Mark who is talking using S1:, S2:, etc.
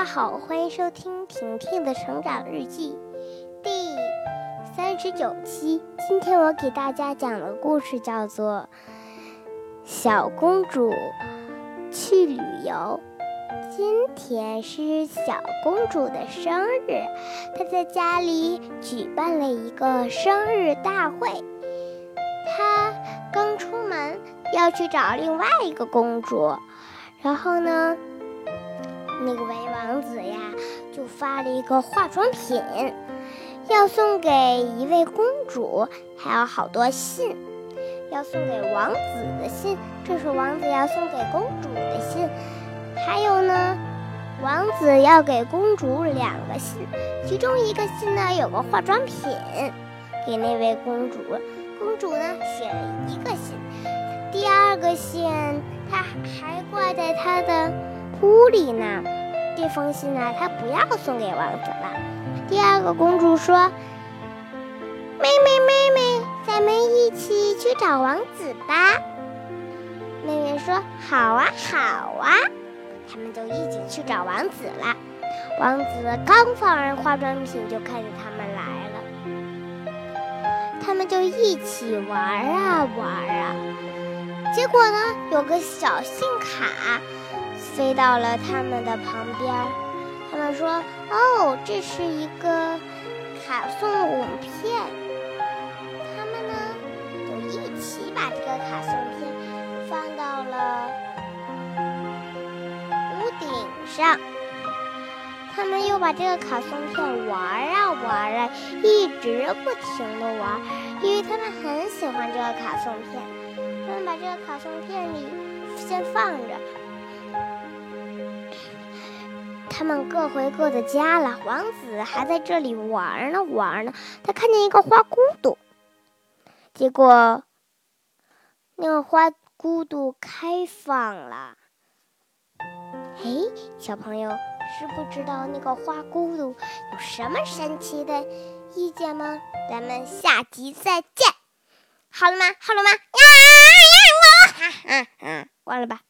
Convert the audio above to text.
S1: 好，欢迎收听婷婷的成长日记第39期。今天我给大家讲的故事叫做小公主去旅游。今天是小公主的生日，她在家里举办了一个生日大会。她刚出门要去找另外一个公主，然后呢那个伪王子呀就发了一个化妆品要送给一位公主，还有好多信要送给王子的信，这是王子要送给公主的信，还有呢王子要给公主2个信，其中一个信呢有个化妆品给那位公主，公主呢写了1个信，第2个信她还挂在她的屋里呢。这封信呢她不要送给王子了。第2个公主说，妹妹咱们一起去找王子吧。妹妹说好啊他们就一起去找王子了。王子刚放完化妆品就看见他们来了，他们就一起玩啊，结果呢有个小信卡飞到了他们的旁边，他们说这是一个卡送影片，他们呢就一起把这个卡送片放到了屋顶上，他们又把这个卡送片玩啊，一直不停地玩，因为他们很喜欢这个卡送片。他们把这个卡送片里先放着，他们各回各的家了。王子还在这里玩呢，他看见一个花骨朵，结果那个花骨朵开放了。小朋友知不知道那个花骨朵有什么神奇的意见吗？咱们下集再见。好了吗？忘了吧。